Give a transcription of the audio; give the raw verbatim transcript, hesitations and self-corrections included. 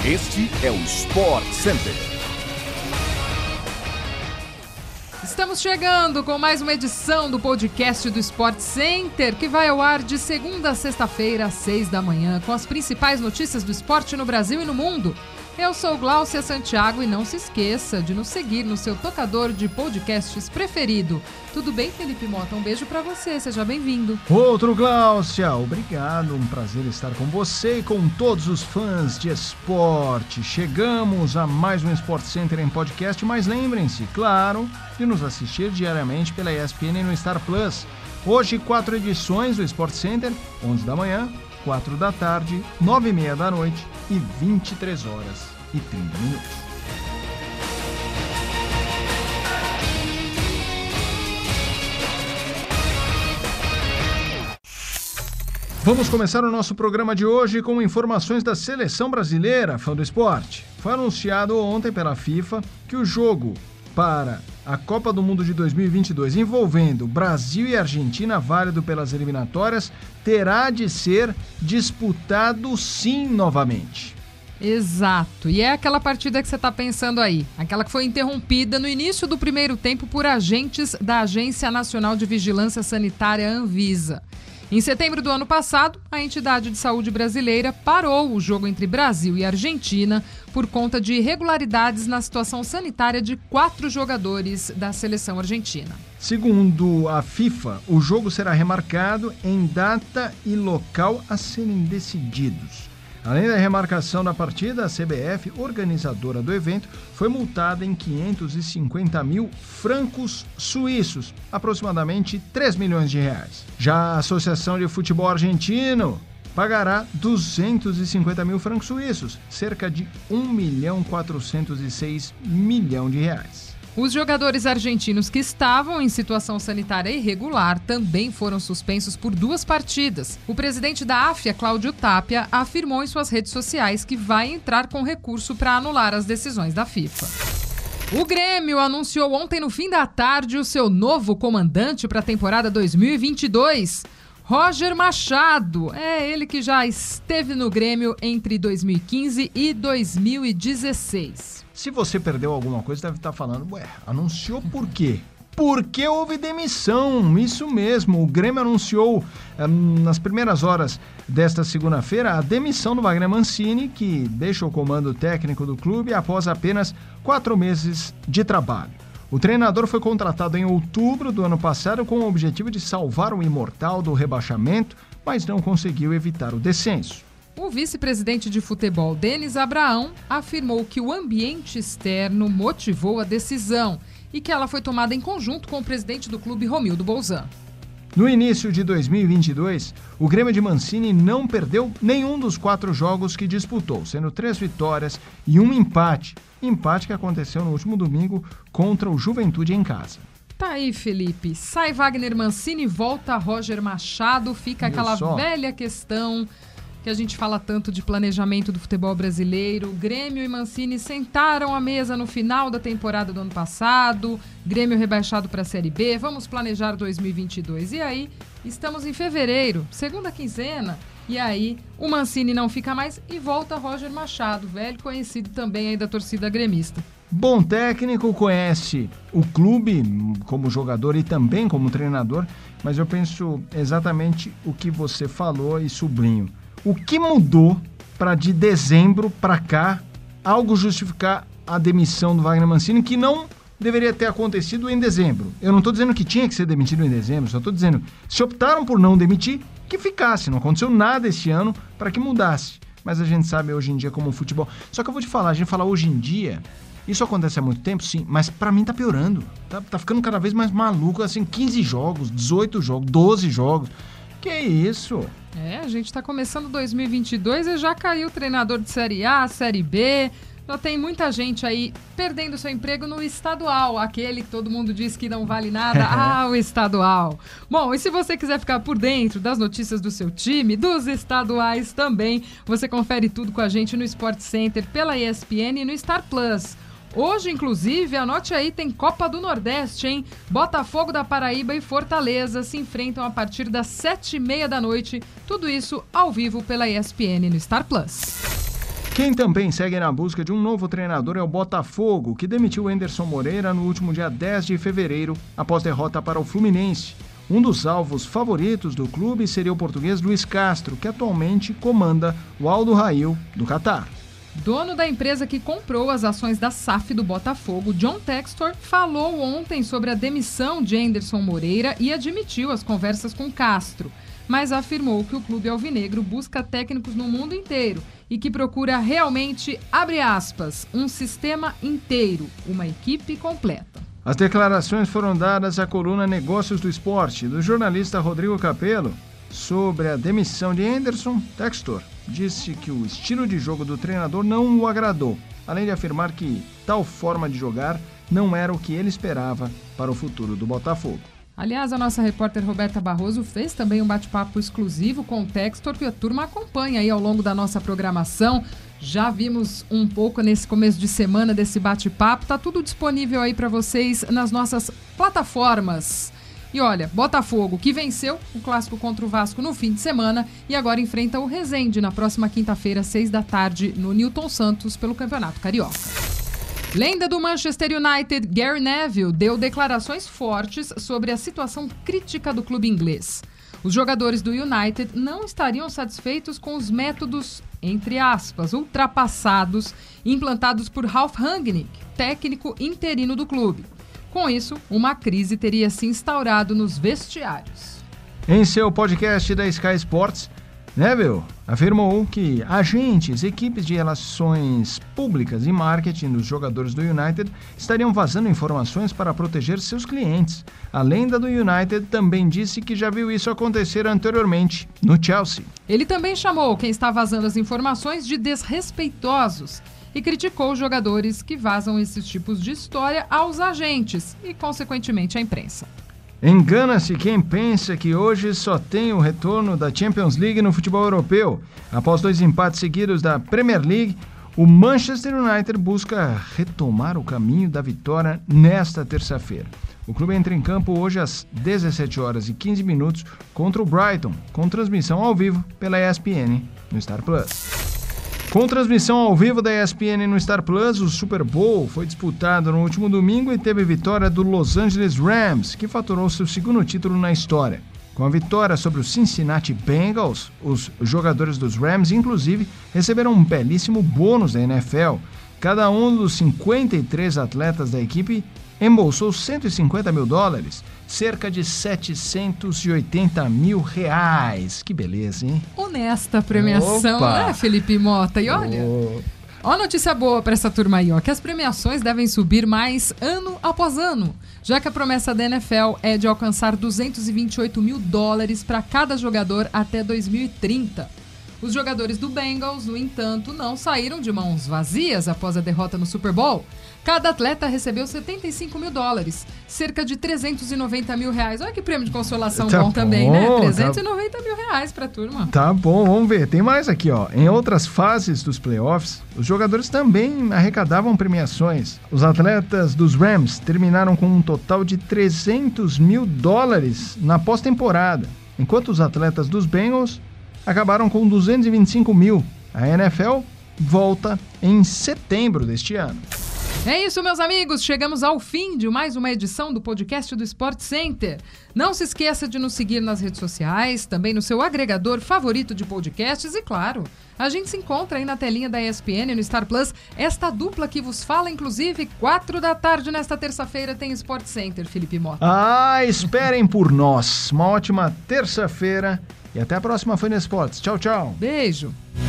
Este é o Sport Center. Estamos chegando com mais uma edição do podcast do Sport Center, que vai ao ar de segunda a sexta-feira, às seis da manhã, com as principais notícias do esporte no Brasil e no mundo. Eu sou Gláucia Santiago e não se esqueça de nos seguir no seu tocador de podcasts preferido. Tudo bem, Felipe Mota? Um beijo pra você, seja bem-vindo. Outro Gláucia, obrigado, um prazer estar com você e com todos os fãs de esporte. Chegamos a mais um Sport Center em podcast, mas lembrem-se, claro, de nos assistir diariamente pela E S P N e no Star Plus. Hoje, quatro edições do Sport Center, onze da manhã, quatro da tarde, nove e meia da noite e vinte e três horas e trinta minutos. Vamos começar o nosso programa de hoje com informações da seleção brasileira, fã do esporte. Foi anunciado ontem pela FIFA que o jogo para a Copa do Mundo de dois mil e vinte e dois, envolvendo Brasil e Argentina, válido pelas eliminatórias, terá de ser disputado sim novamente. Exato, e é aquela partida que você está pensando aí, aquela que foi interrompida no início do primeiro tempo por agentes da Agência Nacional de Vigilância Sanitária, Anvisa. Em setembro do ano passado, a entidade de saúde brasileira parou o jogo entre Brasil e Argentina por conta de irregularidades na situação sanitária de quatro jogadores da seleção argentina. Segundo a FIFA, o jogo será remarcado em data e local a serem decididos. Além da remarcação da partida, a C B F, organizadora do evento, foi multada em quinhentos e cinquenta mil francos suíços, aproximadamente três milhões de reais. Já a Associação de Futebol Argentino pagará duzentos e cinquenta mil francos suíços, cerca de um milhão quatrocentos e seis milhões de reais. Os jogadores argentinos que estavam em situação sanitária irregular também foram suspensos por duas partidas. O presidente da A F I A, Cláudio Tapia, afirmou em suas redes sociais que vai entrar com recurso para anular as decisões da FIFA. O Grêmio anunciou ontem no fim da tarde o seu novo comandante para a temporada dois mil e vinte e dois. Roger Machado, é ele que já esteve no Grêmio entre dois mil e quinze e dois mil e dezesseis. Se você perdeu alguma coisa, deve estar falando, ué, anunciou por quê? Porque houve demissão, isso mesmo. O Grêmio anunciou um, nas primeiras horas desta segunda-feira a demissão do Wagner Mancini, que deixa o comando técnico do clube após apenas quatro meses de trabalho. O treinador foi contratado em outubro do ano passado com o objetivo de salvar o imortal do rebaixamento, mas não conseguiu evitar o descenso. O vice-presidente de futebol, Denis Abraão, afirmou que o ambiente externo motivou a decisão e que ela foi tomada em conjunto com o presidente do clube, Romildo Bolzan. No início de dois mil e vinte e dois, o Grêmio de Mancini não perdeu nenhum dos quatro jogos que disputou, sendo três vitórias e um empate. Empate que aconteceu no último domingo contra o Juventude em casa. Tá aí, Felipe. Sai Wagner Mancini, volta Roger Machado, fica aquela velha questão que a gente fala tanto de planejamento do futebol brasileiro. Grêmio e Mancini sentaram à mesa no final da temporada do ano passado, Grêmio rebaixado para a Série B, vamos planejar dois mil e vinte e dois. E aí, estamos em fevereiro, segunda quinzena, e aí o Mancini não fica mais e volta Roger Machado, velho conhecido também aí da torcida gremista. Bom técnico, conhece o clube como jogador e também como treinador, mas eu penso exatamente o que você falou e sublinho. O que mudou para de dezembro para cá algo justificar a demissão do Wagner Mancini, que não deveria ter acontecido em dezembro? Eu não estou dizendo que tinha que ser demitido em dezembro, só estou dizendo, se optaram por não demitir, que ficasse. Não aconteceu nada esse ano para que mudasse. Mas a gente sabe hoje em dia como o futebol... Só que eu vou te falar, a gente fala hoje em dia, isso acontece há muito tempo, sim, mas para mim tá piorando. Tá, tá ficando cada vez mais maluco, assim, quinze jogos, dezoito jogos, doze jogos. Que isso? É, a gente tá começando dois mil e vinte e dois e já caiu o treinador de Série A, Série B. Já tem muita gente aí perdendo seu emprego no estadual, aquele que todo mundo diz que não vale nada. Ah, o estadual. Bom, e se você quiser ficar por dentro das notícias do seu time, dos estaduais também, você confere tudo com a gente no Sport Center, pela E S P N e no Star Plus. Hoje, inclusive, anote aí, tem Copa do Nordeste, hein? Botafogo da Paraíba e Fortaleza se enfrentam a partir das sete e meia da noite. Tudo isso ao vivo pela E S P N no Star Plus. Quem também segue na busca de um novo treinador é o Botafogo, que demitiu Anderson Moreira no último dia dez de fevereiro, após derrota para o Fluminense. Um dos alvos favoritos do clube seria o português Luiz Castro, que atualmente comanda o Al Duhail do Catar. Dono da empresa que comprou as ações da S A F do Botafogo, John Textor, falou ontem sobre a demissão de Anderson Moreira e admitiu as conversas com Castro, mas afirmou que o clube alvinegro busca técnicos no mundo inteiro e que procura realmente, abre aspas, um sistema inteiro, uma equipe completa. As declarações foram dadas à coluna Negócios do Esporte, do jornalista Rodrigo Capello, sobre a demissão de Anderson. Textor disse que o estilo de jogo do treinador não o agradou, além de afirmar que tal forma de jogar não era o que ele esperava para o futuro do Botafogo. Aliás, a nossa repórter Roberta Barroso fez também um bate-papo exclusivo com o Textor, que a turma acompanha aí ao longo da nossa programação. Já vimos um pouco nesse começo de semana desse bate-papo. Tá tudo disponível aí para vocês nas nossas plataformas. E olha, Botafogo, que venceu o clássico contra o Vasco no fim de semana e agora enfrenta o Resende na próxima quinta-feira, seis da tarde, no Newton Santos, pelo Campeonato Carioca. Lenda do Manchester United, Gary Neville, deu declarações fortes sobre a situação crítica do clube inglês. Os jogadores do United não estariam satisfeitos com os métodos, entre aspas, ultrapassados, implantados por Ralf Rangnick, técnico interino do clube. Com isso, uma crise teria se instaurado nos vestiários. Em seu podcast da Sky Sports, Neville afirmou que agentes, equipes de relações públicas e marketing dos jogadores do United estariam vazando informações para proteger seus clientes. A lenda do United também disse que já viu isso acontecer anteriormente no Chelsea. Ele também chamou quem está vazando as informações de desrespeitosos e criticou os jogadores que vazam esses tipos de história aos agentes e, consequentemente, à imprensa. Engana-se quem pensa que hoje só tem o retorno da Champions League no futebol europeu. Após dois empates seguidos da Premier League, o Manchester United busca retomar o caminho da vitória nesta terça-feira. O clube entra em campo hoje às dezessete horas e quinze minutos contra o Brighton, com transmissão ao vivo pela E S P N no Star Plus. Com transmissão ao vivo da E S P N no Star Plus, o Super Bowl foi disputado no último domingo e teve vitória do Los Angeles Rams, que faturou seu segundo título na história. Com a vitória sobre o Cincinnati Bengals, os jogadores dos Rams, inclusive, receberam um belíssimo bônus da N F L. Cada um dos cinquenta e três atletas da equipe embolsou cento e cinquenta mil dólares, cerca de setecentos e oitenta mil reais. Que beleza, hein? Honesta premiação, Opa! Né, Felipe Mota? E olha, oh. ó notícia boa para essa turma aí, ó, que as premiações devem subir mais ano após ano, já que a promessa da N F L é de alcançar duzentos e vinte e oito mil dólares para cada jogador até dois mil e trinta. Os jogadores do Bengals, no entanto, não saíram de mãos vazias após a derrota no Super Bowl. Cada atleta recebeu setenta e cinco mil dólares, cerca de trezentos e noventa mil reais. Olha que prêmio de consolação tá bom, bom também, né? tá... trezentos e noventa mil reais pra turma. Tá bom, vamos ver. Tem mais aqui, ó. Em outras fases dos playoffs, os jogadores também arrecadavam premiações. Os atletas dos Rams terminaram com um total de trezentos mil dólares na pós-temporada, enquanto os atletas dos Bengals acabaram com duzentos e vinte e cinco mil. A N F L volta em setembro deste ano. É isso, meus amigos. Chegamos ao fim de mais uma edição do podcast do Sport Center. Não se esqueça de nos seguir nas redes sociais, também no seu agregador favorito de podcasts e, claro, a gente se encontra aí na telinha da E S P N no Star Plus. Esta dupla que vos fala, inclusive, quatro da tarde nesta terça-feira tem Sport Center, Felipe Mota. Ah, esperem por nós. Uma ótima terça-feira e até a próxima Fã Esportes. Tchau, tchau. Beijo.